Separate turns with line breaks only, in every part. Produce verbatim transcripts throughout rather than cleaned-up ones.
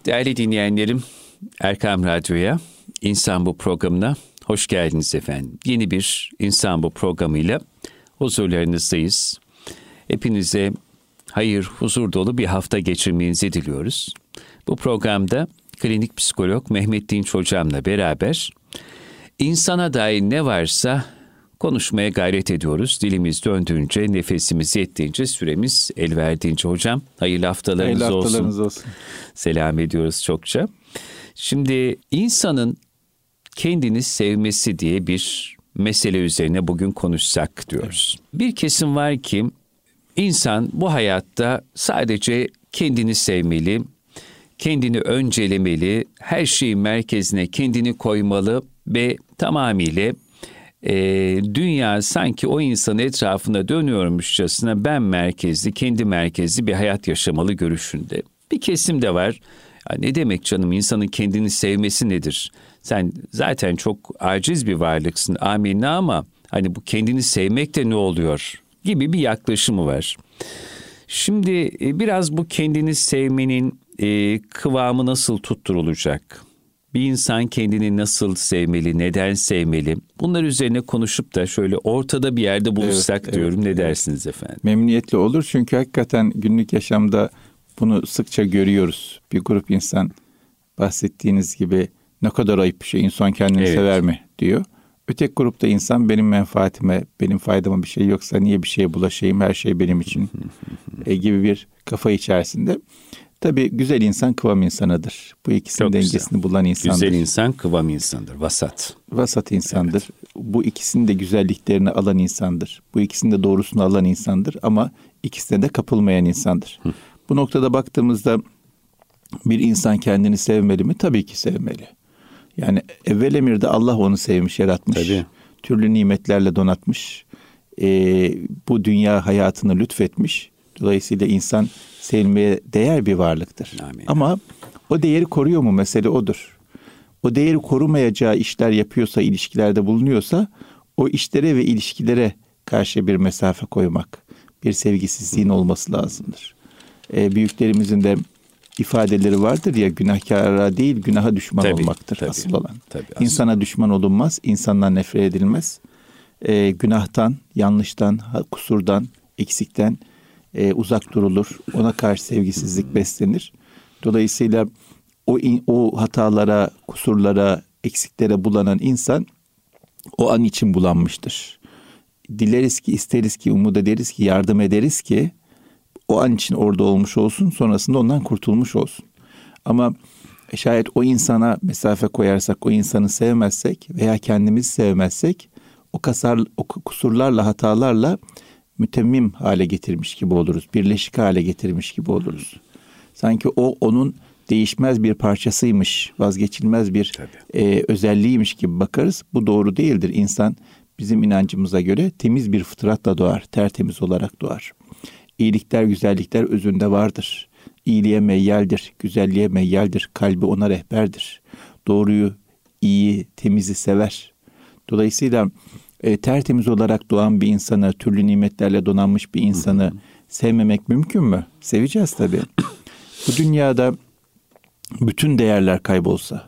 Değerli dinleyenlerim, Erkam Radyo'ya, İnsan Bu programına hoş geldiniz efendim. Yeni bir İnsan Bu programıyla huzurlarınızdayız. Hepinize hayır, huzur dolu bir hafta geçirmenizi diliyoruz. Bu programda klinik psikolog Mehmet Dinç hocamla beraber insana dair ne varsa konuşmaya gayret ediyoruz. Dilimiz döndüğünce, nefesimiz yettiğince, süremiz el verdiğince hocam. Hayırlı haftalarınız,
hayırlı
olsun.
haftalarınız olsun.
Selam ediyoruz çokça. Şimdi insanın kendini sevmesi diye bir mesele üzerine bugün konuşsak diyoruz. Evet. Bir kesim var ki insan bu hayatta sadece kendini sevmeli, kendini öncelemeli, her şeyin merkezine kendini koymalı ve tamamıyla e, dünya sanki o insanın etrafında dönüyormuşçasına ben merkezli, kendi merkezli bir hayat yaşamalı görüşünde. Bir kesim de var. Ya ne demek canım, insanın kendini sevmesi nedir? Sen zaten çok aciz bir varlıksın amenna, ama hani bu kendini sevmek de ne oluyor gibi bir yaklaşımı var. Şimdi biraz bu kendini sevmenin e, kıvamı nasıl tutturulacak? Bir insan kendini nasıl sevmeli, neden sevmeli? Bunlar üzerine konuşup da şöyle ortada bir yerde buluşsak evet, diyorum. Evet, ne evet. dersiniz efendim?
Memnuniyetle olur, çünkü hakikaten günlük yaşamda bunu sıkça görüyoruz. Bir grup insan bahsettiğiniz gibi ne kadar ayıp bir şey, insan kendini evet. sever mi diyor. Öteki grupta insan benim menfaatime, benim faydama bir şey yoksa niye bir şeye bulaşayım, her şey benim için e, gibi bir kafa içerisinde. Tabii güzel insan kıvam insanıdır. Bu ikisinin Çok dengesini güzel. bulan insandır.
Güzel insan kıvam insandır, vasat.
Vasat insandır. Evet. Bu ikisinin de güzelliklerini alan insandır. Bu ikisinin de doğrusunu alan insandır, ama ikisine de kapılmayan insandır. Hı. Bu noktada baktığımızda bir insan kendini sevmeli mi? Tabii ki sevmeli. Yani evvel emirde Allah onu sevmiş, yaratmış. Tabii. Türlü nimetlerle donatmış. Ee, bu dünya hayatını lütfetmiş. Dolayısıyla insan sevmeye değer bir varlıktır. Amin. Ama o değeri koruyor mu? Mesele odur. O değeri korumayacağı işler yapıyorsa, ilişkilerde bulunuyorsa, o işlere ve ilişkilere karşı bir mesafe koymak, bir sevgisizliğin olması lazımdır. Ee, büyüklerimizin de ifadeleri vardır ya, günahkara değil günaha düşman tabii, olmaktır tabii, asıl olan. Tabii, İnsana düşman olunmaz, insandan nefret edilmez. Ee, günahtan, yanlıştan, kusurdan, eksikten e, uzak durulur. Ona karşı sevgisizlik beslenir. Dolayısıyla o, o hatalara, kusurlara, eksiklere bulanan insan o an için bulanmıştır. Dileriz ki, isteriz ki, umut ederiz ki, yardım ederiz ki o an için orada olmuş olsun, sonrasında ondan kurtulmuş olsun. Ama şayet o insana mesafe koyarsak, o insanı sevmezsek veya kendimizi sevmezsek, o kasar, o kusurlarla, hatalarla mütemmim hale getirmiş gibi oluruz. Birleşik hale getirmiş gibi oluruz. Sanki o onun değişmez bir parçasıymış, vazgeçilmez bir e, özelliğiymiş gibi bakarız. Bu doğru değildir. İnsan bizim inancımıza göre temiz bir fıtratla doğar, tertemiz olarak doğar. İyilikler, güzellikler özünde vardır. İyiliğe meyyaldir, güzelliğe meyyaldir. Kalbi ona rehberdir. Doğruyu, iyi, temizi sever. Dolayısıyla e, tertemiz olarak doğan bir insanı, türlü nimetlerle donanmış bir insanı hı hı. sevmemek mümkün mü? Seveceğiz tabii. Bu dünyada bütün değerler kaybolsa,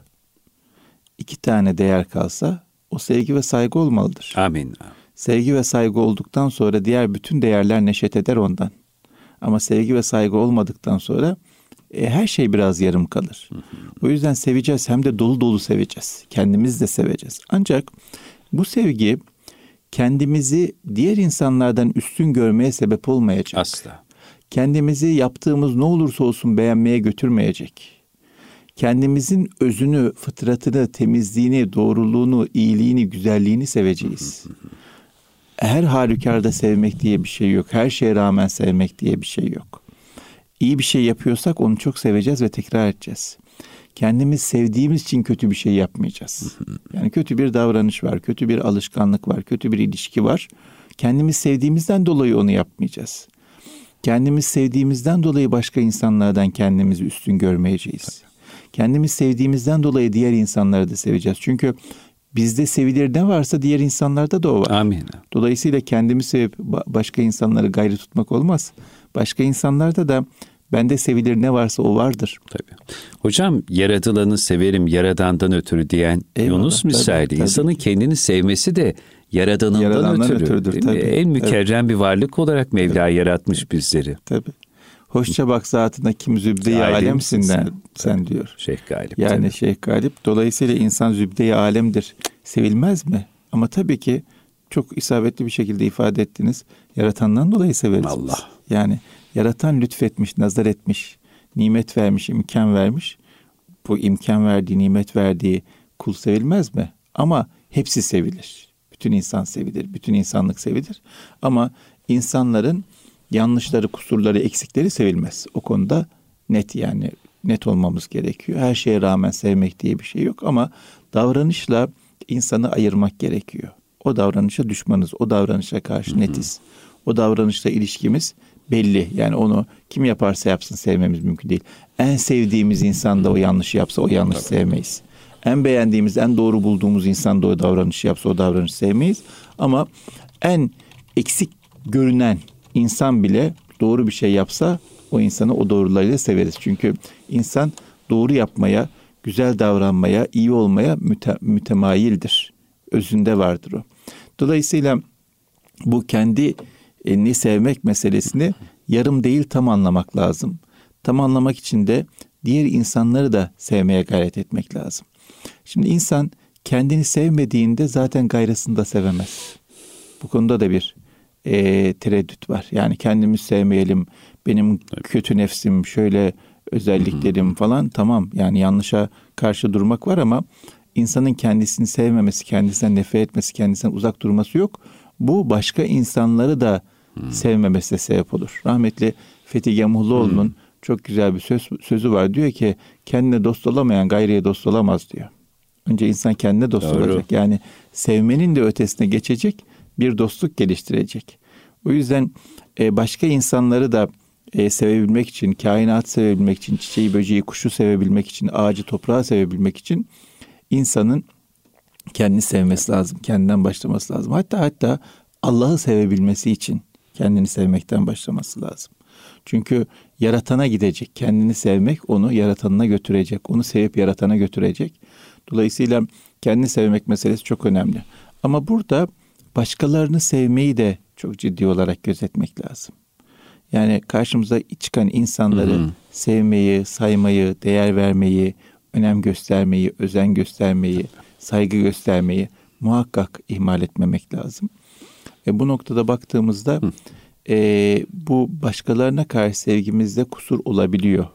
iki tane değer kalsa, o sevgi ve saygı olmalıdır.
Amin.
Sevgi ve saygı olduktan sonra diğer bütün değerler neşet eder ondan. Ama sevgi ve saygı olmadıktan sonra e, her şey biraz yarım kalır. Hı hı. O yüzden seveceğiz, hem de dolu dolu seveceğiz. Kendimizi de seveceğiz. Ancak bu sevgi kendimizi diğer insanlardan üstün görmeye sebep olmayacak.
Asla.
Kendimizi yaptığımız ne olursa olsun beğenmeye götürmeyecek. Kendimizin özünü, fıtratını, temizliğini, doğruluğunu, iyiliğini, güzelliğini seveceğiz. Hı hı hı. Her halükarda sevmek diye bir şey yok. Her şeye rağmen sevmek diye bir şey yok. İyi bir şey yapıyorsak onu çok seveceğiz ve tekrar edeceğiz. Kendimiz sevdiğimiz için kötü bir şey yapmayacağız. Yani kötü bir davranış var, kötü bir alışkanlık var, kötü bir ilişki var. Kendimiz sevdiğimizden dolayı onu yapmayacağız. Kendimiz sevdiğimizden dolayı başka insanlardan kendimizi üstün görmeyeceğiz. Kendimiz sevdiğimizden dolayı diğer insanları da seveceğiz. Çünkü bizde sevilir ne varsa diğer insanlarda da o var.
Amin.
Dolayısıyla kendimi sevip başka insanları gayrı tutmak olmaz. Başka insanlarda da Bende sevilir ne varsa o vardır.
Tabii. Hocam yaratılanı severim yaradandan ötürü diyen Eyvallah, Yunus misali. Tabii, İnsanın tabii. kendini sevmesi de yaradanından, yaradandan ötürü. ötürüdür. Tabii, en mükerrem tabii. bir varlık olarak Mevla tabii. yaratmış bizleri.
Tabii. Hoşça bak zatına kim zübde-i alemsinden sen tabii. diyor.
Şeyh Galip.
Yani
tabii.
Şeyh Galip. Dolayısıyla insan zübde-i alemdir. Sevilmez mi? Ama tabii ki çok isabetli bir şekilde ifade ettiniz. Yaratandan dolayı severiz.
Allah.
Yani yaratan lütfetmiş, nazar etmiş, nimet vermiş, imkan vermiş. Bu imkan verdiği, nimet verdiği kul sevilmez mi? Ama hepsi sevilir. Bütün insan sevilir, bütün insanlık sevilir. Ama insanların yanlışları, kusurları, eksikleri sevilmez. O konuda net yani net olmamız gerekiyor. Her şeye rağmen sevmek diye bir şey yok ama davranışla insanı ayırmak gerekiyor. O davranışa düşmanız, o davranışa karşı netiz. O davranışla ilişkimiz belli. Yani onu kim yaparsa yapsın sevmemiz mümkün değil. En sevdiğimiz insan da o yanlışı yapsa o yanlışı sevmeyiz. En beğendiğimiz, en doğru bulduğumuz insan da o davranışı yapsa o davranışı sevmeyiz. Ama en eksik görünen insan bile doğru bir şey yapsa o insanı o doğrularıyla severiz. Çünkü insan doğru yapmaya, güzel davranmaya, iyi olmaya müte, mütemayildir. Özünde vardır o. Dolayısıyla bu kendini sevmek meselesini yarım değil tam anlamak lazım. Tam anlamak için de diğer insanları da sevmeye gayret etmek lazım. Şimdi insan kendini sevmediğinde zaten gayrısını da sevemez. Bu konuda da bir e, tereddüt var. Yani kendimi sevmeyelim, benim kötü nefsim, şöyle özelliklerim falan tamam. Yani yanlışa karşı durmak var ama insanın kendisini sevmemesi, kendisinden nefret etmesi, kendisinden uzak durması yok. Bu başka insanları da hmm. sevmemesine sebep olur. Rahmetli Fethi Gemuhluoğlu'nun hmm. çok güzel bir söz, sözü var. Diyor ki kendine dost olamayan gayriye dost olamaz diyor. Önce insan kendine dost Doğru. olacak. Yani sevmenin de ötesine geçecek, bir dostluk geliştirecek. O yüzden e, başka insanları da e, sevebilmek için, kainatı sevebilmek için, çiçeği, böceği, kuşu sevebilmek için, ağacı, toprağı sevebilmek için insanın kendini sevmesi lazım. Kendinden başlaması lazım. Hatta hatta Allah'ı sevebilmesi için kendini sevmekten başlaması lazım. Çünkü yaratana gidecek. Kendini sevmek onu yaratanına götürecek. Onu sevip yaratana götürecek. Dolayısıyla kendini sevmek meselesi çok önemli. Ama burada başkalarını sevmeyi de çok ciddi olarak gözetmek lazım. Yani karşımıza çıkan insanları hı hı. sevmeyi, saymayı, değer vermeyi, önem göstermeyi, özen göstermeyi, saygı göstermeyi muhakkak ihmal etmemek lazım. E bu noktada baktığımızda e, bu başkalarına karşı sevgimizde kusur olabiliyor.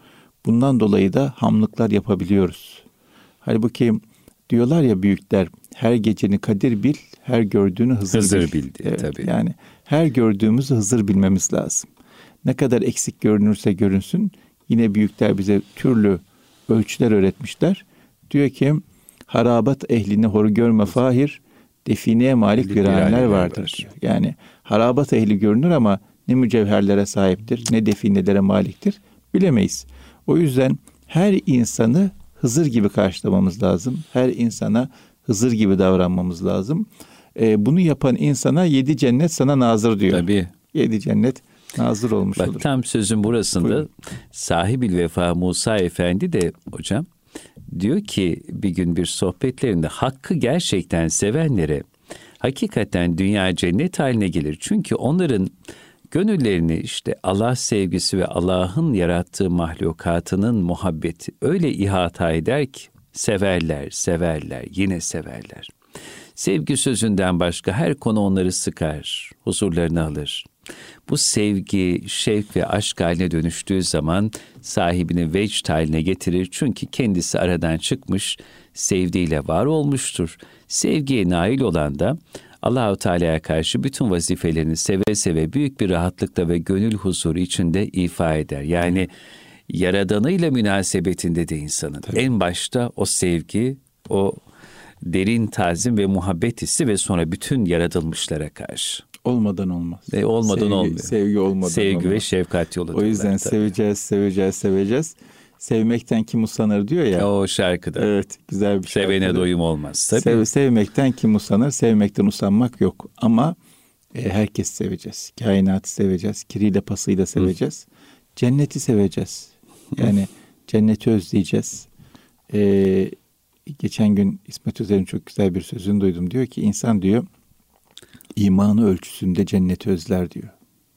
Bundan dolayı da hamlıklar yapabiliyoruz. Halbuki diyorlar ya büyükler, her geceni kadir bil, her gördüğünü Hızır,
Hızır
bil.
bil diye,
evet,
tabii.
Yani her gördüğümüzü Hızır bilmemiz lazım. Ne kadar eksik görünürse görünsün, yine büyükler bize türlü ölçüler öğretmişler. Diyor ki harabat ehline hor görme fahir, defineye malik viranler vardır diyor. Yani harabat ehli görünür ama ne mücevherlere sahiptir, ne definelere maliktir bilemeyiz. O yüzden her insanı Hızır gibi karşılamamız lazım. Her insana Hızır gibi davranmamız lazım. Ee, bunu yapan insana yedi cennet sana nazır diyor.
Tabii.
Yedi cennet nazır olmuş
Bak,
olur.
Tam sözün burasında Buyurun. Sahibil Vefa Musa Efendi de hocam diyor ki bir gün bir sohbetlerinde hakkı gerçekten sevenlere hakikaten dünya cennet haline gelir. Çünkü onların gönüllerini işte Allah sevgisi ve Allah'ın yarattığı mahlukatının muhabbeti öyle ihata eder ki severler, severler, yine severler. Sevgi sözünden başka her konu onları sıkar, huzurlarını alır. Bu sevgi, şevk ve aşk haline dönüştüğü zaman sahibini vecd haline getirir. Çünkü kendisi aradan çıkmış, sevdiğiyle var olmuştur. Sevgiye nail olan da Allah-u Teala'ya karşı bütün vazifelerini seve seve büyük bir rahatlıkla ve gönül huzuru içinde ifa eder. Yani yaradanıyla münasebetinde de insanın Tabii. en başta o sevgi, o derin tazim ve muhabbet hissi ve sonra bütün yaratılmışlara karşı.
Olmadan olmaz.
E, olmadan
sevgi,
olmuyor.
Sevgi olmadan
Sevgi
olmaz.
ve şefkat yoludur.
O yüzden
tabii.
seveceğiz, seveceğiz, seveceğiz. Sevmekten kim usanır diyor ya.
O şarkıda.
Evet, güzel bir şarkı.
Sevene doyum olmaz. Tabii.
Sev, sevmekten kim usanır, sevmekten usanmak yok. Ama e, herkes seveceğiz. Kainatı seveceğiz. Kiriyle pasıyla seveceğiz. Hı. cenneti seveceğiz. Yani cenneti özleyeceğiz. Ee, geçen gün İsmet Özer'in çok güzel bir sözünü duydum. Diyor ki insan diyor imanı ölçüsünde cenneti özler diyor.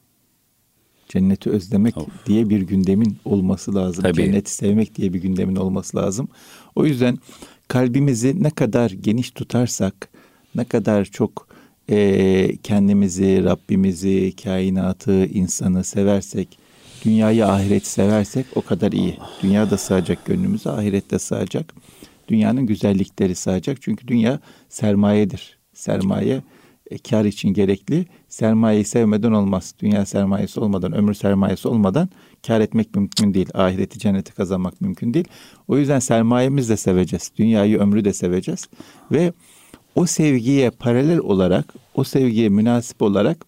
Cenneti özlemek of. diye bir gündemin olması lazım. Tabii. Cenneti sevmek diye bir gündemin olması lazım. O yüzden kalbimizi ne kadar geniş tutarsak, ne kadar çok e, kendimizi, Rabbimizi, kainatı, insanı seversek, dünyayı, ahireti seversek o kadar iyi. Dünya da sığacak gönlümüze, ahiret de sığacak. Dünyanın güzellikleri sığacak. Çünkü dünya sermayedir. Sermaye e, kar için gerekli. Sermayeyi sevmeden olmaz. Dünya sermayesi olmadan, ömür sermayesi olmadan kar etmek mümkün değil. Ahireti, cenneti kazanmak mümkün değil. O yüzden sermayemizi de seveceğiz. Dünyayı, ömrü de seveceğiz. Ve o sevgiye paralel olarak, o sevgiye münasip olarak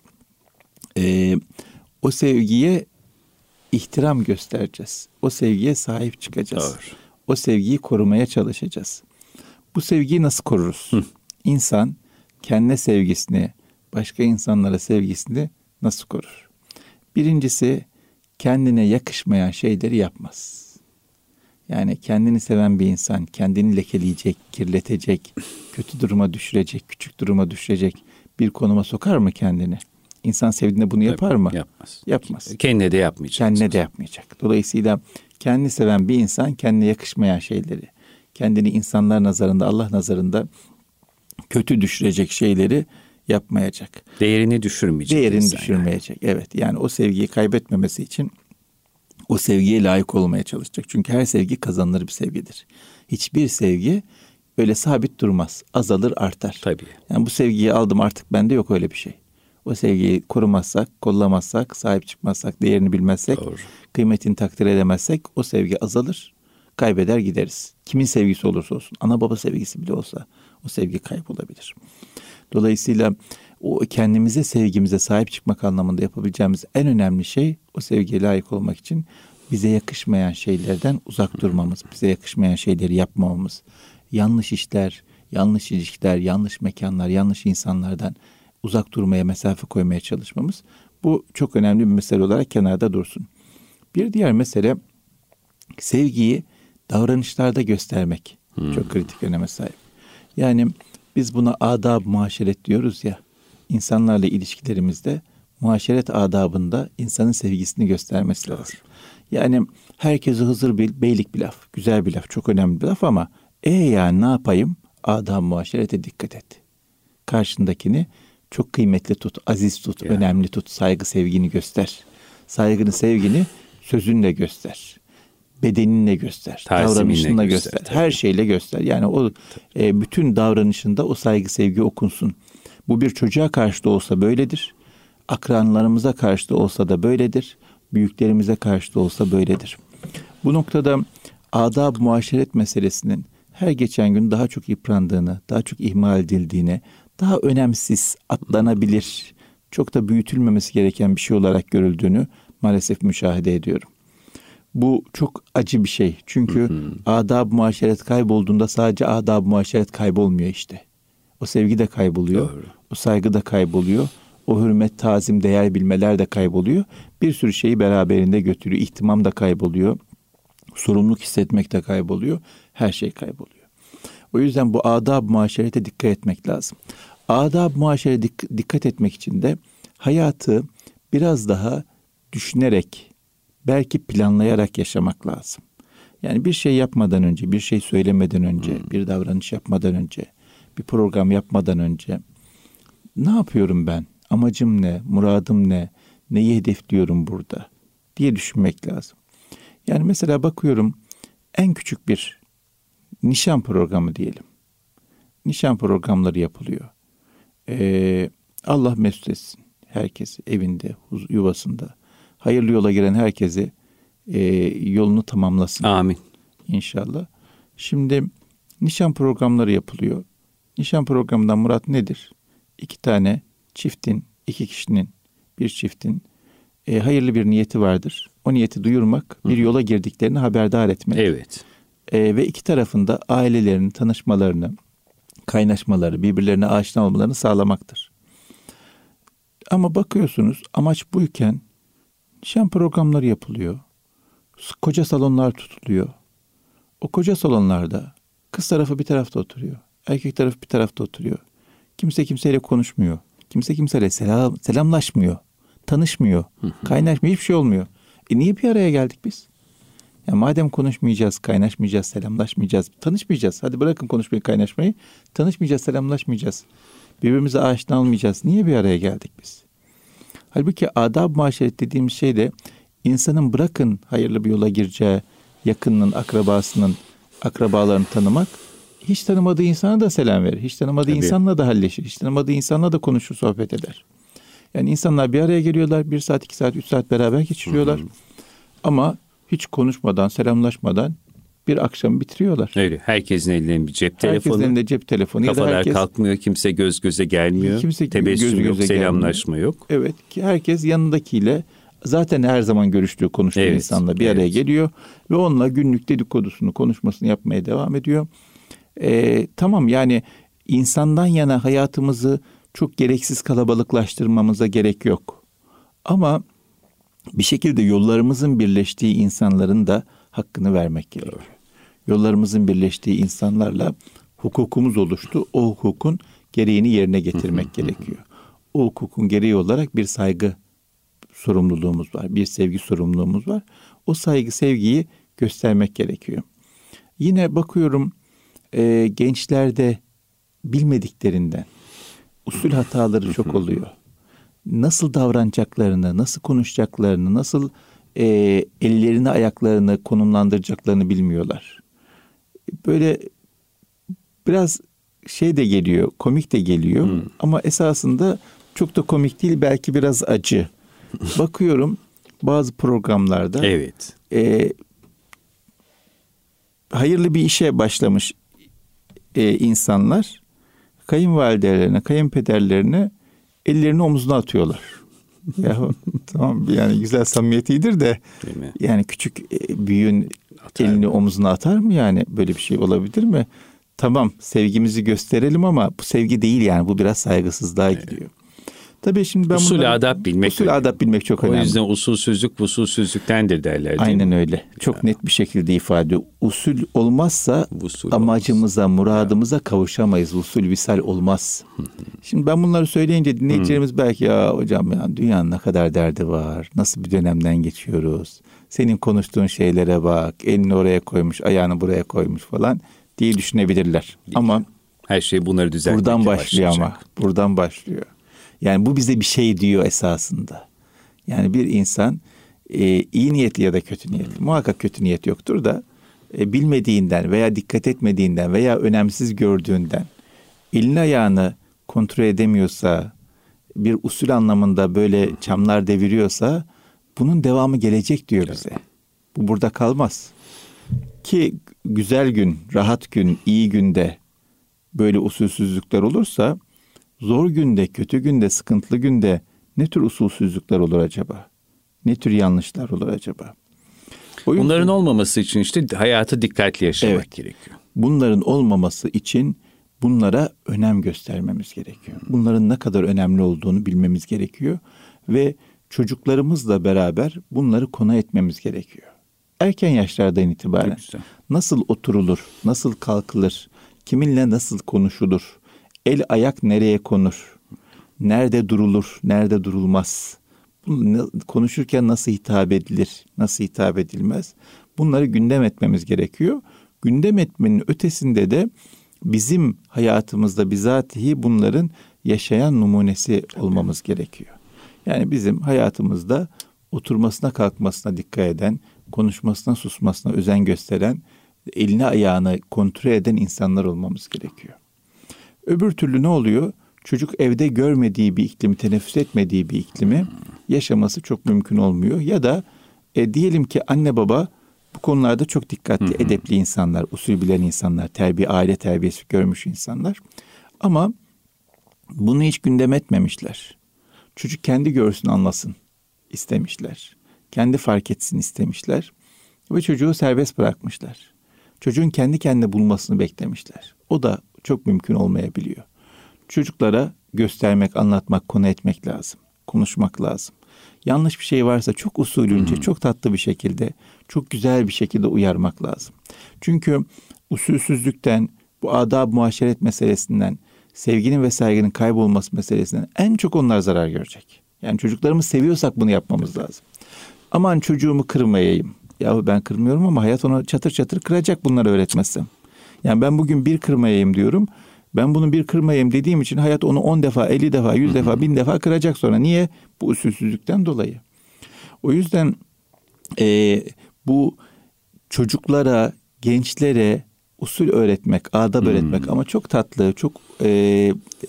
e, o sevgiye ihtiram göstereceğiz. O sevgiye sahip çıkacağız. Doğru. O sevgiyi korumaya çalışacağız. Bu sevgiyi nasıl koruruz? Hı. İnsan kendine sevgisini, başka insanlara sevgisini nasıl korur? Birincisi, kendine yakışmayan şeyleri yapmaz. Yani kendini seven bir insan kendini lekeleyecek, kirletecek, kötü duruma düşürecek, küçük duruma düşürecek bir konuma sokar mı kendini? İnsan sevdiğinde bunu yapar mı?
Yapmaz.
Yapmaz.
Kendine de yapmayacak.
Kendine de yapmayacak. Dolayısıyla kendini seven bir insan kendine yakışmayan şeyleri, kendini insanlar nazarında, Allah nazarında kötü düşürecek şeyleri yapmayacak.
Değerini düşürmeyecek.
Değerini düşürmeyecek. Yani. Evet. Yani o sevgiyi kaybetmemesi için o sevgiye layık olmaya çalışacak. Çünkü her sevgi kazanılır bir sevgidir. Hiçbir sevgi öyle sabit durmaz. Azalır, artar.
Tabii.
Yani bu sevgiyi aldım artık bende yok öyle bir şey. O sevgiyi korumazsak, kollamazsak, sahip çıkmazsak, değerini bilmezsek, doğru, kıymetini takdir edemezsek o sevgi azalır, kaybeder gideriz. Kimin sevgisi olursa olsun, ana baba sevgisi bile olsa o sevgi kaybolabilir. Dolayısıyla o kendimize, sevgimize sahip çıkmak anlamında yapabileceğimiz en önemli şey o sevgiye layık olmak için bize yakışmayan şeylerden uzak durmamız, bize yakışmayan şeyleri yapmamamız, yanlış işler, yanlış ilişkiler, yanlış mekanlar, yanlış insanlardan uzak durmaya, mesafe koymaya çalışmamız, bu çok önemli bir mesele olarak kenarda dursun. Bir diğer mesele sevgiyi davranışlarda göstermek. Hmm. Çok kritik öneme sahip. Yani biz buna adab-ı muaşeret diyoruz ya, insanlarla ilişkilerimizde muaşeret adabında insanın sevgisini göstermesi lazım. Doğru. Yani herkese Hızır Beylik bir laf, güzel bir laf, çok önemli bir laf ama e yani ne yapayım? Adab-ı muaşerete dikkat et. Karşındakini çok kıymetli tut, aziz tut, yani önemli tut, saygı sevgini göster. Saygını, sevgini sözünle göster. Bedeninle göster. Tarziminle davranışınla göster. göster her şeyle göster. Yani o e, bütün davranışında o saygı, sevgi okunsun. Bu bir çocuğa karşı da olsa böyledir. Akranlarımıza karşı da olsa da böyledir. Büyüklerimize karşı da olsa böyledir. Bu noktada adab-ı muaşeret meselesinin her geçen gün daha çok yıprandığını, daha çok ihmal edildiğini, daha önemsiz, atlanabilir, çok da büyütülmemesi gereken bir şey olarak görüldüğünü maalesef müşahede ediyorum. Bu çok acı bir şey. Çünkü hı hı. adab-ı muaşeret kaybolduğunda sadece adab-ı muaşeret kaybolmuyor işte. O sevgi de kayboluyor. Doğru. O saygı da kayboluyor. O hürmet, tazim, değer bilmeler de kayboluyor. Bir sürü şeyi beraberinde götürüyor. İhtimam da kayboluyor. Sorumluluk hissetmek de kayboluyor. Her şey kayboluyor. O yüzden bu adab-ı muaşerete dikkat etmek lazım. Adab-ı muaşerete dik- dikkat etmek için de hayatı biraz daha düşünerek, belki planlayarak yaşamak lazım. Yani bir şey yapmadan önce, bir şey söylemeden önce, hmm. bir davranış yapmadan önce, bir program yapmadan önce ne yapıyorum ben? Amacım ne? Muradım ne? Neyi hedefliyorum burada? Diye düşünmek lazım. Yani mesela bakıyorum en küçük bir nişan programı diyelim. Nişan programları yapılıyor. Ee, Allah mesut etsin herkesi evinde, yuvasında. Hayırlı yola giren herkesi e, yolunu tamamlasın.
Amin.
İnşallah. Şimdi nişan programları yapılıyor. Nişan programından murat nedir? İki tane çiftin, iki kişinin, bir çiftin e, hayırlı bir niyeti vardır. O niyeti duyurmak, bir yola girdiklerini haberdar etmek.
Evet.
E, ve iki tarafında ailelerini, tanışmalarını, kaynaşmaları, birbirlerine aşina olmalarını sağlamaktır. Ama bakıyorsunuz amaç buyken Şen programları yapılıyor. Koca salonlar tutuluyor. O koca salonlarda kız tarafı bir tarafta oturuyor. Erkek tarafı bir tarafta oturuyor. Kimse kimseyle konuşmuyor. Kimse kimseyle selam, selamlaşmıyor. Tanışmıyor. Kaynaşmıyor. Hiçbir şey olmuyor. E niye bir araya geldik biz? Ya madem konuşmayacağız, kaynaşmayacağız, selamlaşmayacağız, tanışmayacağız. Hadi bırakın konuşmayı, kaynaşmayı. Tanışmayacağız, selamlaşmayacağız. Birbirimize aşina olmayacağız. Niye bir araya geldik biz? Halbuki adab-ı maşeret dediğimiz şey de insanın bırakın hayırlı bir yola gireceği, yakınının, akrabasının, akrabalarını tanımak, hiç tanımadığı insana da selam verir. Hiç tanımadığı Tabii. insanla da halleşir. Hiç tanımadığı insanla da konuşur, sohbet eder. Yani insanlar bir araya geliyorlar. Bir saat, iki saat, üç saat beraber geçiriyorlar. Hı hı. Ama hiç konuşmadan, selamlaşmadan bir akşam bitiriyorlar.
Öyle. Herkesin elinde bir cep telefonu.
Herkesin elinde cep telefonu.
Kafalar
ya da herkes,
kalkmıyor. Kimse göz göze gelmiyor. Kimse Tebessüm göz yok, göze selamlaşma gelmiyor. Yok.
Evet. Ki herkes yanındakiyle zaten her zaman görüştüğü, konuştuğu evet, insanla bir evet. araya geliyor. Ve onunla günlük dedikodusunu, konuşmasını yapmaya devam ediyor. Ee, tamam yani insandan yana hayatımızı çok gereksiz kalabalıklaştırmamıza gerek yok. Ama bir şekilde yollarımızın birleştiği insanların da hakkını vermek gerekiyor. Evet. Yollarımızın birleştiği insanlarla hukukumuz oluştu. O hukukun gereğini yerine getirmek gerekiyor. O hukukun gereği olarak bir saygı sorumluluğumuz var. Bir sevgi sorumluluğumuz var. O saygı, sevgiyi göstermek gerekiyor. Yine bakıyorum e, gençlerde bilmediklerinden usul hataları çok oluyor. Nasıl davranacaklarını, nasıl konuşacaklarını, nasıl e, ellerini, ayaklarını konumlandıracaklarını bilmiyorlar. Böyle biraz şey de geliyor, komik de geliyor. Hmm. Ama esasında çok da komik değil, belki biraz acı. Bakıyorum bazı programlarda
evet.
e, hayırlı bir işe başlamış e, insanlar kayınvalidelerine, kayınpederlerine ellerini omzuna atıyorlar. Ya tamam yani güzel samimiyetidir de yani küçük e, büyüğün atar elini mı? Omzuna atar mı yani, böyle bir şey olabilir mi? Tamam sevgimizi gösterelim ama bu sevgi değil yani, bu biraz saygısızlığa evet. gidiyor. Tabii şimdi ben
usul adab bilmek
usul adab bilmek çok
o
önemli.
O yüzden usulsüzlük usulsüzlüktendir derler değil
Aynen
mi?
öyle. Çok ya. net bir şekilde ifade ediyor. Usul olmazsa usul amacımıza, olmaz. muradımıza ya. kavuşamayız. Usul visal olmaz. Şimdi ben bunları söyleyince dinleyicilerimiz belki ya hocam ya dünyanın ne kadar derdi var. Nasıl bir dönemden geçiyoruz. Senin konuştuğun şeylere bak. Elini oraya koymuş, ayağını buraya koymuş falan diye düşünebilirler. Değil. Ama
her şey bunları düzeltmekle
buradan başlıyor
başlayacak.
ama. Buradan başlıyor. Yani bu bize bir şey diyor esasında. Yani bir insan e, iyi niyetli ya da kötü niyetli. Hmm. Muhakkak kötü niyet yoktur da e, bilmediğinden veya dikkat etmediğinden veya önemsiz gördüğünden elini ayağını kontrol edemiyorsa, bir usul anlamında böyle çamlar deviriyorsa bunun devamı gelecek diyor bize. Bu burada kalmaz. Ki güzel gün, rahat gün, iyi günde böyle usulsüzlükler olursa zor günde, kötü günde, sıkıntılı günde ne tür usulsüzlükler olur acaba? Ne tür yanlışlar olur acaba? O yüzden,
bunların olmaması için işte hayatı dikkatli yaşamak evet, gerekiyor.
Bunların olmaması için bunlara önem göstermemiz gerekiyor. Bunların ne kadar önemli olduğunu bilmemiz gerekiyor. Ve çocuklarımızla beraber bunları konu etmemiz gerekiyor. Erken yaşlardan itibaren nasıl oturulur, nasıl kalkılır, kiminle nasıl konuşulur, el ayak nereye konur, nerede durulur, nerede durulmaz, konuşurken nasıl hitap edilir, nasıl hitap edilmez, bunları gündem etmemiz gerekiyor. Gündem etmenin ötesinde de bizim hayatımızda bizatihi bunların yaşayan numunesi olmamız gerekiyor. Yani bizim hayatımızda oturmasına kalkmasına dikkat eden, konuşmasına susmasına özen gösteren, elini ayağını kontrol eden insanlar olmamız gerekiyor. Öbür türlü ne oluyor? Çocuk evde görmediği bir iklimi, teneffüs etmediği bir iklimi yaşaması çok mümkün olmuyor. Ya da e, diyelim ki anne baba bu konularda çok dikkatli, hı hı. edepli insanlar, usul bilen insanlar, terbiye, aile terbiyesi görmüş insanlar. Ama bunu hiç gündem etmemişler. Çocuk kendi görsün, anlasın istemişler. Kendi fark etsin istemişler. Ve çocuğu serbest bırakmışlar. Çocuğun kendi kendine bulmasını beklemişler. O da çok mümkün olmayabiliyor. Çocuklara göstermek, anlatmak, konu etmek lazım. Konuşmak lazım. Yanlış bir şey varsa çok usulünce, çok tatlı bir şekilde, çok güzel bir şekilde uyarmak lazım. Çünkü usulsüzlükten, bu adab-ı muaşeret meselesinden, sevginin ve saygının kaybolması meselesinden en çok onlar zarar görecek. Yani çocuklarımızı seviyorsak bunu yapmamız lazım. Aman çocuğumu kırmayayım. Yahu ben kırmıyorum ama hayat ona çatır çatır kıracak bunları öğretmezsem. Yani ben bugün bir kırmayayım diyorum. Ben bunu bir kırmayayım dediğim için hayat onu on defa, elli defa, yüz defa, bin defa kıracak sonra. Niye? Bu usulsüzlükten dolayı. O yüzden e, bu çocuklara, gençlere usul öğretmek, adab öğretmek ama çok tatlı, çok e,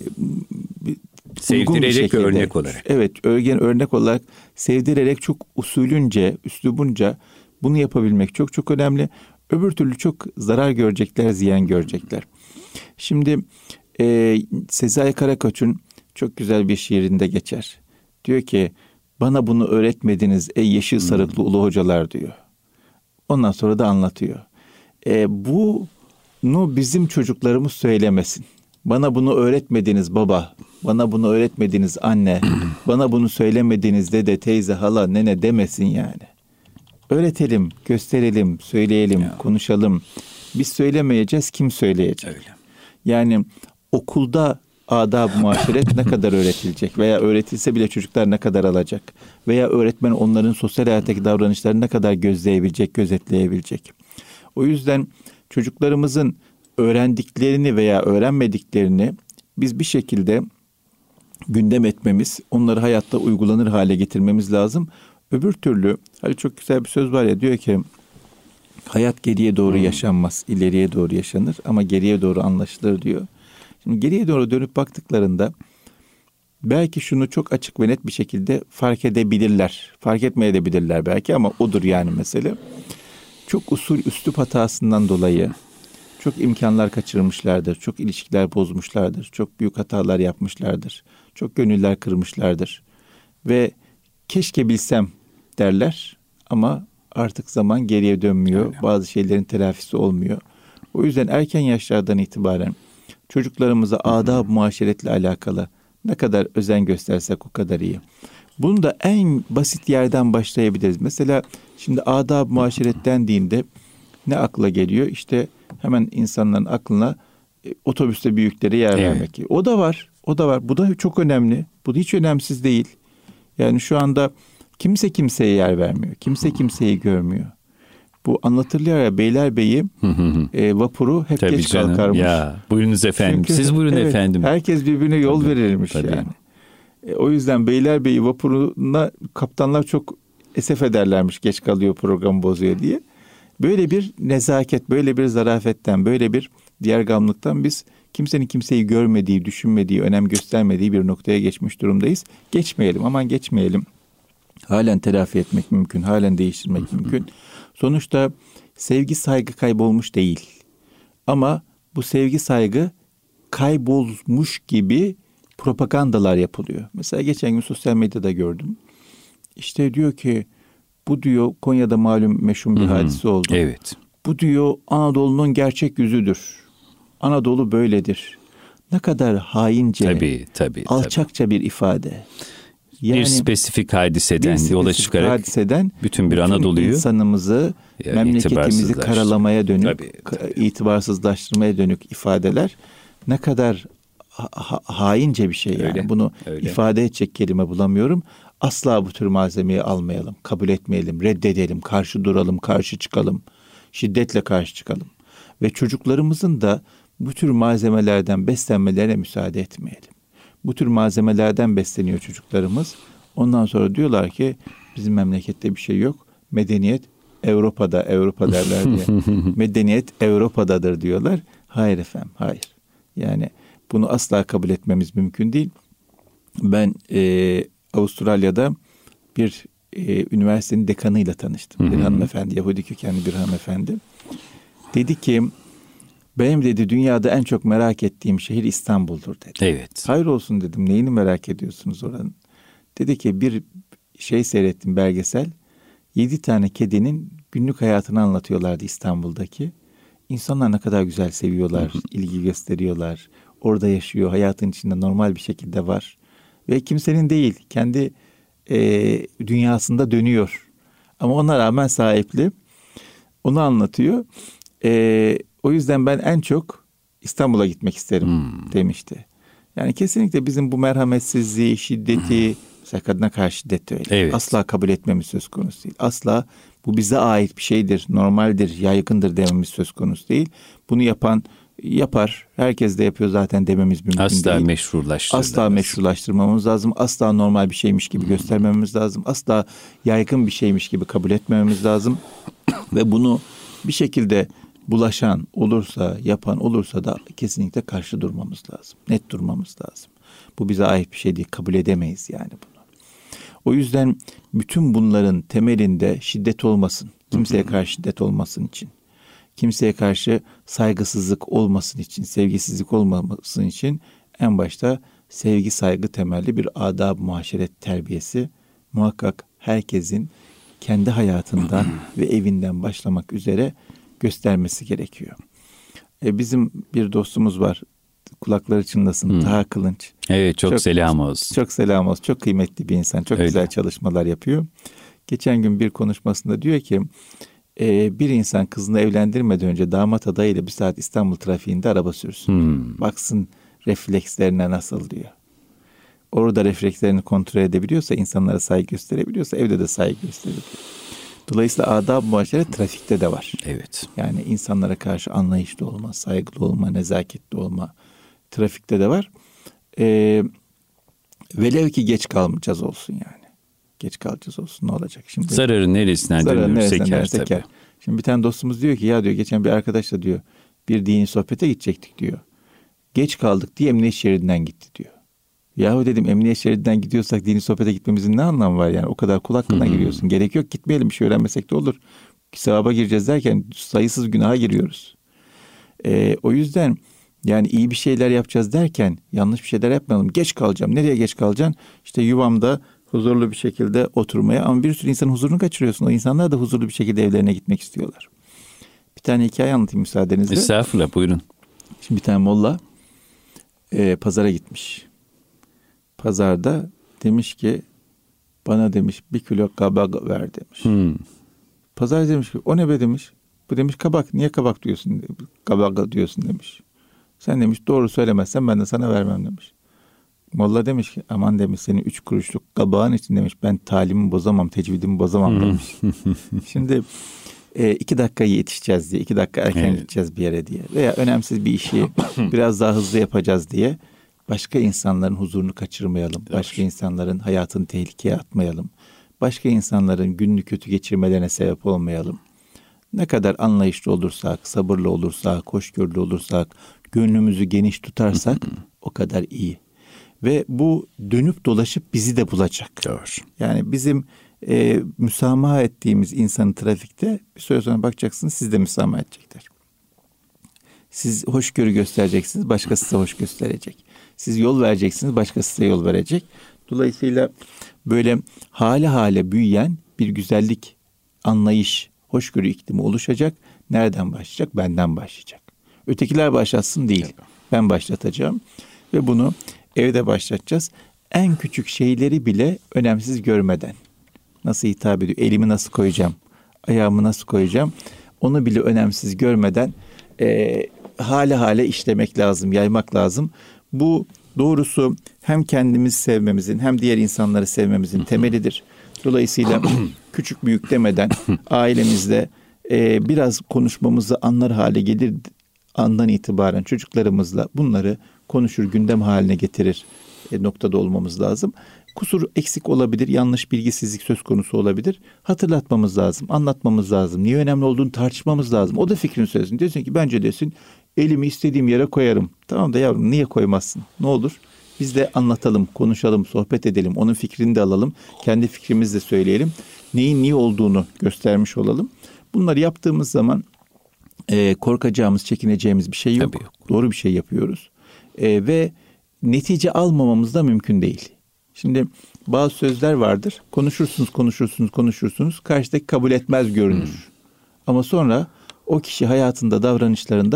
sevdirerek örnek olarak.
Evet, örgen örnek olarak sevdirerek çok usulünce, üslubunca bunu yapabilmek çok çok önemli. Öbür türlü çok zarar görecekler, ziyan görecekler. Şimdi e, Sezai Karakoç'un çok güzel bir şiirinde geçer. Diyor ki, bana bunu öğretmediniz ey yeşil sarıklı ulu hocalar diyor. Ondan sonra da anlatıyor. E, bunu bizim çocuklarımız söylemesin. Bana bunu öğretmediniz baba, bana bunu öğretmediniz anne, bana bunu söylemediniz dede, teyze, hala, nene demesin yani. Öğretelim, gösterelim, söyleyelim, ya. konuşalım. Biz söylemeyeceğiz, kim söyleyecek? Öyle. Yani okulda adab-ı muaşeret ne kadar öğretilecek veya öğretilse bile çocuklar ne kadar alacak? Veya öğretmen onların sosyal hayattaki davranışlarını ne kadar gözleyebilecek, gözetleyebilecek? O yüzden çocuklarımızın öğrendiklerini veya öğrenmediklerini biz bir şekilde gündem etmemiz, onları hayatta uygulanır hale getirmemiz lazım. Öbür türlü, hani çok güzel bir söz var ya, diyor ki hayat geriye doğru yaşanmaz, ileriye doğru yaşanır ama geriye doğru anlaşılır diyor. Şimdi geriye doğru dönüp baktıklarında belki şunu çok açık ve net bir şekilde fark edebilirler. Fark etmeyebilirler belki ama odur yani mesele. Çok usul üslup hatasından dolayı çok imkanlar kaçırmışlardır, çok ilişkiler bozmuşlardır, çok büyük hatalar yapmışlardır, çok gönüller kırmışlardır ve keşke bilsem derler ama artık zaman geriye dönmüyor. Öyle. Bazı şeylerin telafisi olmuyor. O yüzden erken yaşlardan itibaren çocuklarımıza adab-ı muaşeretle alakalı ne kadar özen göstersek o kadar iyi. Bunu da en basit yerden başlayabiliriz. Mesela şimdi adab-ı muaşeret dendiğinde ne akla geliyor? İşte hemen insanların aklına e, otobüste büyüklere yer evet. vermek. O da var, o da var. Bu da çok önemli. Bu da hiç önemsiz değil. Yani şu anda kimse kimseye yer vermiyor. Kimse kimseyi görmüyor. Bu anlatılıyor ya, Beylerbeyi e, vapuru hep Tabii geç canım. kalkarmış. Ya,
buyurunuz efendim. Çünkü, Siz buyurun evet, efendim.
Herkes birbirine yol Tabii. verirmiş Tabii. yani. E, o yüzden Beylerbeyi vapuruna kaptanlar çok esef ederlermiş, geç kalıyor, programı bozuyor diye. Böyle bir nezaket, böyle bir zarafetten, böyle bir diğergamlıktan biz kimsenin kimseyi görmediği, düşünmediği, önem göstermediği bir noktaya geçmiş durumdayız. Geçmeyelim, aman geçmeyelim. Halen telafi etmek mümkün, halen değiştirmek mümkün. Sonuçta sevgi, saygı kaybolmuş değil. Ama bu sevgi, saygı kaybolmuş gibi propagandalar yapılıyor. Mesela geçen gün sosyal medyada gördüm. İşte diyor ki, bu diyor Konya'da malum meşhur bir Hı-hı. hadise oldu.
Evet.
Bu diyor Anadolu'nun gerçek yüzüdür. Anadolu böyledir. Ne kadar haince,
tabii, tabii,
alçakça tabii. bir ifade.
Yani bir spesifik hadiseden bir yola çıkarak hadiseden bütün bir Anadolu'yu,
insanımızı, yani memleketimizi karalamaya dönük, tabii, tabii. itibarsızlaştırmaya dönük ifadeler ne kadar ha- haince bir şey yani. Öyle, Bunu öyle. ifade edecek kelime bulamıyorum. Asla bu tür malzemeyi almayalım, kabul etmeyelim, reddedelim, karşı duralım, karşı çıkalım, şiddetle karşı çıkalım. Ve çocuklarımızın da bu tür malzemelerden beslenmelerine müsaade etmeyelim. Bu tür malzemelerden besleniyor çocuklarımız. Ondan sonra diyorlar ki bizim memlekette bir şey yok. Medeniyet Avrupa'da, Avrupa derler diye. Medeniyet Avrupa'dadır diyorlar. Hayır efendim, hayır. Yani bunu asla kabul etmemiz mümkün değil. Ben e, Avustralya'da bir e, üniversitenin dekanıyla tanıştım. Bir hanımefendi, Yahudi kökenli bir hanımefendi. Dedi ki, benim dedi dünyada en çok merak ettiğim şehir İstanbul'dur dedi.
Evet.
Hayır olsun dedim. Neyini merak ediyorsunuz oranın? Dedi ki bir şey seyrettim, belgesel. Yedi tane kedinin günlük hayatını anlatıyorlardı İstanbul'daki. İnsanlar ne kadar güzel seviyorlar, ilgi gösteriyorlar. Orada yaşıyor, hayatın içinde normal bir şekilde var. Ve kimsenin değil, kendi e, dünyasında dönüyor. Ama ona rağmen sahipli. Onu anlatıyor. E, o yüzden ben en çok İstanbul'a gitmek isterim hmm. demişti. Yani kesinlikle bizim bu merhametsizliği, şiddeti, hmm. mesela kadına karşı şiddet öyle. Evet. Asla kabul etmemiz söz konusu değil. Asla bu bize ait bir şeydir, normaldir, yaygındır dememiz söz konusu değil. Bunu yapan yapar, herkes de yapıyor zaten dememiz mümkün
asla
değil.
Asla meşrulaştırmamız.
Asla meşrulaştırmamız lazım. Asla normal bir şeymiş gibi hmm. göstermememiz lazım. Asla yaygın bir şeymiş gibi kabul etmememiz lazım. Ve bunu bir şekilde bulaşan olursa, yapan olursa da kesinlikle karşı durmamız lazım. Net durmamız lazım. Bu bize ait bir şey değil. Kabul edemeyiz yani bunu. O yüzden bütün bunların temelinde şiddet olmasın. Kimseye karşı şiddet olmasın için. Kimseye karşı saygısızlık olmasın için, sevgisizlik olmamasın için en başta sevgi, saygı temelli bir adab-ı muaşeret terbiyesi muhakkak herkesin kendi hayatından ve evinden başlamak üzere göstermesi gerekiyor. E bizim bir dostumuz var. Kulakları çınlasın. Hmm. Taha Kılınç.
Evet, çok, çok selam olsun.
Çok selam olsun. Çok kıymetli bir insan. Çok Öyle. güzel çalışmalar yapıyor. Geçen gün bir konuşmasında diyor ki e, bir insan kızını evlendirmeden önce damat adayıyla bir saat İstanbul trafiğinde araba sürsün. Hmm. Baksın reflekslerine nasıl diyor. Orada reflekslerini kontrol edebiliyorsa, insanlara saygı gösterebiliyorsa evde de saygı gösterebiliyor. Dolayısıyla adab-ı muaşeret trafikte de var.
Evet.
Yani insanlara karşı anlayışlı olma, saygılı olma, nezaketli olma trafikte de var. Ee, velev ki geç kalmayacağız olsun yani. Geç kalacağız olsun, ne olacak şimdi?
Zararın neresinden dönülürse kâr tabii.
Şimdi bir tane dostumuz diyor ki ya diyor geçen bir arkadaşla diyor bir dini sohbete gidecektik diyor. Geç kaldık diye emniyet şeridinden gitti diyor. Yahu dedim emniyet şeridinden gidiyorsak dini sohbete gitmemizin ne anlamı var yani? O kadar kul hakkına giriyorsun. Gerek yok, gitmeyelim, bir şey öğrenmesek de olur. Sevaba gireceğiz derken sayısız günaha giriyoruz. Ee, o yüzden yani iyi bir şeyler yapacağız derken yanlış bir şeyler yapmayalım. Geç kalacağım. Nereye geç kalacaksın? İşte yuvamda huzurlu bir şekilde oturmaya, ama bir sürü insanın huzurunu kaçırıyorsun. O insanlar da huzurlu bir şekilde evlerine gitmek istiyorlar. Bir tane hikaye anlatayım müsaadenizle.
Estağfurullah, buyurun.
Şimdi bir tane molla e, pazara gitmiş. Pazarda demiş ki bana demiş bir kilo kabak ver demiş. Hmm. Pazar demiş ki o ne be demiş. Bu demiş kabak, niye kabak diyorsun, kabak diyorsun demiş. Sen demiş doğru söylemezsen ben de sana vermem demiş. Molla demiş ki aman demiş senin üç kuruşluk kabağın için demiş ben talimi bozamam, tecvidimi bozamam demiş. Şimdi e, iki dakikaya yetişeceğiz diye, iki dakika erken evet. gideceğiz bir yere diye veya önemsiz bir işi biraz daha hızlı yapacağız diye başka insanların huzurunu kaçırmayalım. Evet. Başka insanların hayatını tehlikeye atmayalım. Başka insanların gününü kötü geçirmelerine sebep olmayalım. Ne kadar anlayışlı olursak, sabırlı olursak, hoşgörülü olursak, gönlümüzü geniş tutarsak o kadar iyi. Ve bu dönüp dolaşıp bizi de bulacak.
Doğru.
Yani bizim e, müsamaha ettiğimiz insanı trafikte bir süre sonra bakacaksınız siz de müsamaha edecekler. Siz hoşgörü göstereceksiniz, başkası size hoş gösterecek. Siz yol vereceksiniz, başkası size yol verecek. Dolayısıyla böyle hale hale büyüyen bir güzellik, anlayış, hoşgörü iklimi oluşacak. Nereden başlayacak? Benden başlayacak. Ötekiler başlatsın değil. Ben başlatacağım. Ve bunu evde başlatacağız. En küçük şeyleri bile önemsiz görmeden. Nasıl hitap ediyor? Elimi nasıl koyacağım? Ayağımı nasıl koyacağım? Onu bile önemsiz görmeden e, hale hale işlemek lazım, yaymak lazım. Bu doğrusu hem kendimizi sevmemizin hem diğer insanları sevmemizin temelidir. Dolayısıyla küçük büyük demeden ailemizde e, biraz konuşmamızı anlar hale gelir andan itibaren çocuklarımızla bunları konuşur, gündem haline getirir e, noktada olmamız lazım. Kusur eksik olabilir, yanlış bilgisizlik söz konusu olabilir. Hatırlatmamız lazım, anlatmamız lazım. Niye önemli olduğunu tartışmamız lazım. O da fikrini söylesin. Diyorsun ki bence desin elimi istediğim yere koyarım. Tamam da yavrum niye koymazsın? Ne olur? Biz de anlatalım, konuşalım, sohbet edelim. Onun fikrini de alalım. Kendi fikrimizi de söyleyelim. Neyin niye olduğunu göstermiş olalım. Bunları yaptığımız zaman e, korkacağımız, çekineceğimiz bir şey yok. Tabii yok. Doğru bir şey yapıyoruz. E, ve netice almamamız da mümkün değil. Şimdi bazı sözler vardır. Konuşursunuz, konuşursunuz, konuşursunuz. Karşıdaki kabul etmez görünür. Hmm. Ama sonra o kişi hayatında, davranışlarında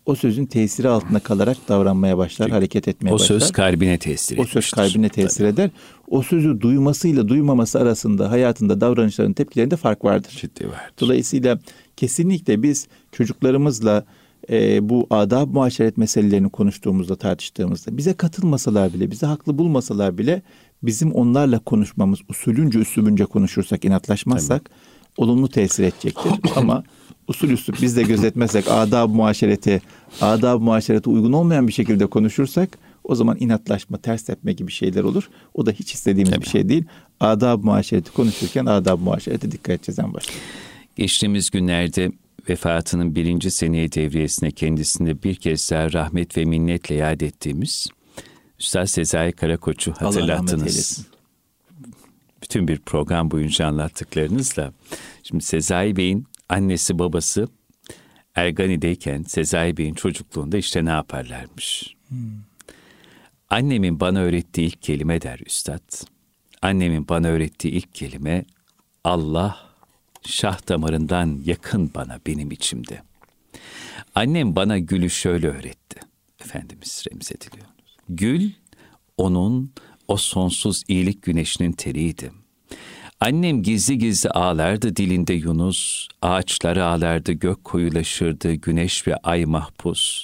o sözün tesiri altında kalarak davranmaya başlar, çünkü hareket etmeye
o
başlar.
O söz kalbine tesir
O
etmiştir.
söz kalbine tesir Tabii. eder. O sözü duymasıyla duymaması arasında hayatında davranışların, tepkilerinde fark vardır.
Ciddi vardır.
Dolayısıyla kesinlikle biz çocuklarımızla e, bu adab muaşeret meselelerini konuştuğumuzda, tartıştığımızda bize katılmasalar bile, bize haklı bulmasalar bile bizim onlarla konuşmamız, usulünce üslubunca konuşursak, inatlaşmazsak Tabii. olumlu tesir edecektir. Ama usul üslup biz de gözetmezsek, adab muaşereti, adab muaşerete uygun olmayan bir şekilde konuşursak o zaman inatlaşma, ters tepme gibi şeyler olur. O da hiç istediğimiz Tabii. bir şey değil. Adab muaşereti konuşurken adab muaşerete dikkat edeceğiz en başta.
Geçtiğimiz günlerde vefatının birinci seneye devriyesine kendisine bir kez daha rahmet ve minnetle yad ettiğimiz Üstad Sezai Karakoç'u hatırlattınız. Bütün bir program boyunca anlattıklarınızla. Şimdi Sezai Bey'in annesi babası Ergani'deyken Sezai Bey'in çocukluğunda işte ne yaparlarmış. Hmm. Annemin bana öğrettiği ilk kelime der üstad. Annemin bana öğrettiği ilk kelime Allah şah damarından yakın bana, benim içimde. Annem bana gülü şöyle öğretti. Efendimiz remz ediliyor. Gül onun o sonsuz iyilik güneşinin teriydi. Annem gizli gizli ağlardı dilinde Yunus, ağaçları ağlardı, gök koyulaşırdı, güneş ve ay mahpus.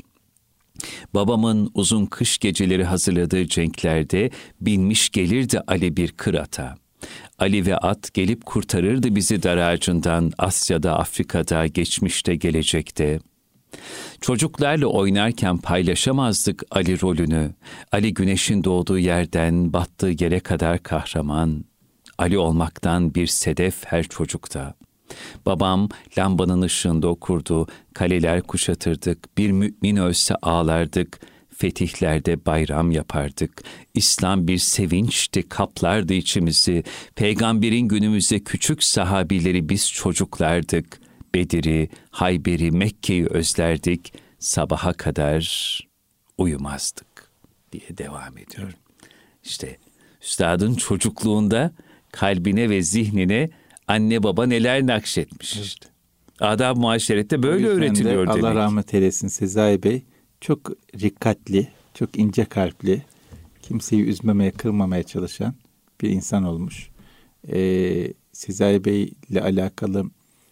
Babamın uzun kış geceleri hazırladığı cenklerde binmiş gelirdi Ali bir kır ata. Ali ve at gelip kurtarırdı bizi dar ağacından, Asya'da, Afrika'da, geçmişte, gelecekte. Çocuklarla oynarken paylaşamazdık Ali rolünü. Ali güneşin doğduğu yerden battığı yere kadar kahraman. Ali olmaktan bir sedef her çocukta. Babam lambanın ışığında okurdu, kaleler kuşatırdık, bir mümin ölse ağlardık, fetihlerde bayram yapardık. İslam bir sevinçti, kaplardı içimizi. Peygamberin günümüzde küçük sahabileri biz çocuklardık. Bedir'i, Hayber'i, Mekke'yi özlerdik. Sabaha kadar uyumazdık diye devam ediyor. İşte üstadın çocukluğunda kalbine ve zihnine anne baba neler nakşetmiş. İşte. Adab-ı muaşerette böyle öğretiliyor demek.
Allah rahmet eylesin Sezai Bey. Çok rikkatli, çok ince kalpli, kimseyi üzmemeye, kırmamaya çalışan bir insan olmuş. Ee, Sezai Bey ile alakalı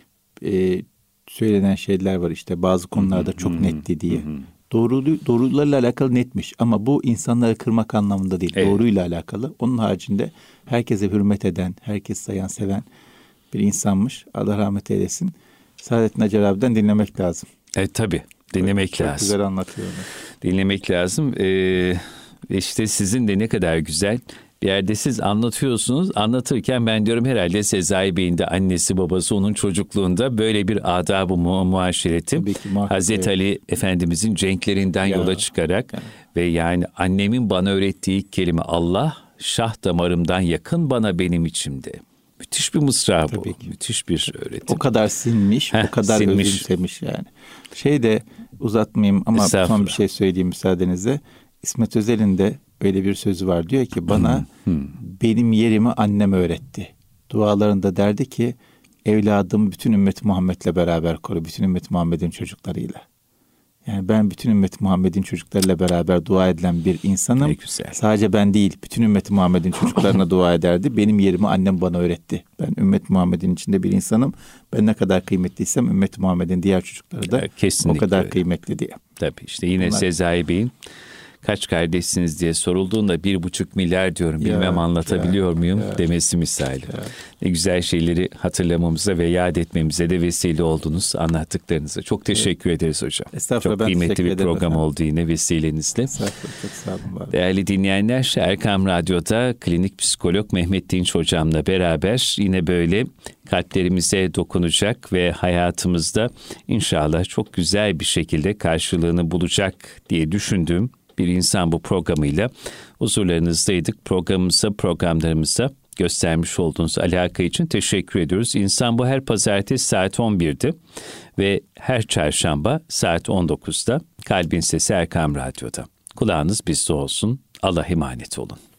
e, söylenen şeyler var, işte bazı konularda çok netti diye. Doğru, doğrularla alakalı netmiş ama bu insanları kırmak anlamında değil. Evet. Doğruyla alakalı. Onun haricinde herkese hürmet eden, herkes sayan, seven bir insanmış. Allah rahmet eylesin. Saadettin Acar abiden dinlemek lazım.
Evet tabii. Dinlemek
çok
lazım.
Çok güzel anlatıyor.
Dinlemek lazım. Ee, işte sizin de ne kadar güzel bir yerde siz anlatıyorsunuz. Anlatırken ben diyorum herhalde Sezai Bey'in de annesi babası onun çocukluğunda böyle bir adab-ı mu- muaşereti Hazreti evet. Ali Efendimizin cenklerinden ya, yola çıkarak yani. Ve yani annemin bana öğrettiği kelime Allah şah damarımdan yakın bana benim içimde. Müthiş bir mısra bu. Müthiş bir öğretim.
O kadar sinmiş, Heh, o kadar sinmiş. Özümsemiş yani. Şey de uzatmayayım ama son bir şey söyleyeyim müsaadenizle. İsmet Özel'in de öyle bir sözü var. Diyor ki bana hmm, hmm. benim yerimi annem öğretti. Dualarında derdi ki evladım bütün ümmet Muhammed'le beraber koru. Bütün ümmet Muhammed'in çocuklarıyla. Yani ben bütün ümmet Muhammed'in çocuklarıyla beraber dua edilen bir insanım. Sadece ben değil, bütün ümmet Muhammed'in çocuklarına dua ederdi. Benim yerimi annem bana öğretti. Ben ümmet Muhammed'in içinde bir insanım. Ben ne kadar kıymetliysem ümmet Muhammed'in diğer çocukları da kesinlikle o kadar öyle. Kıymetli diye.
Tabii işte yine Bunlar... Sezai Bey'in kaç kardeşsiniz diye sorulduğunda bir buçuk milyar diyorum ya, bilmem anlatabiliyor ya, muyum ya, demesi misali. Ya. Ne güzel şeyleri hatırlamamıza ve yad etmemize de vesile oldunuz anlattıklarınıza. Çok teşekkür evet. ederiz hocam. Çok kıymetli bir program efendim. Oldu yine vesilenizle.
Estağfurullah, çok sağ olun.
Değerli dinleyenler, Erkam Radyo'da klinik psikolog Mehmet Dinç hocamla beraber yine böyle kalplerimize dokunacak ve hayatımızda inşallah çok güzel bir şekilde karşılığını bulacak diye düşündüğüm bir insan bu programıyla huzurlarınızdaydık. Programımıza, programlarımıza göstermiş olduğunuz alaka için teşekkür ediyoruz. İnsan bu her pazartesi saat on birde ve her çarşamba saat on dokuzda Kalbin Sesi Erkam Radyo'da. Kulağınız bizde olsun. Allah'a emanet olun.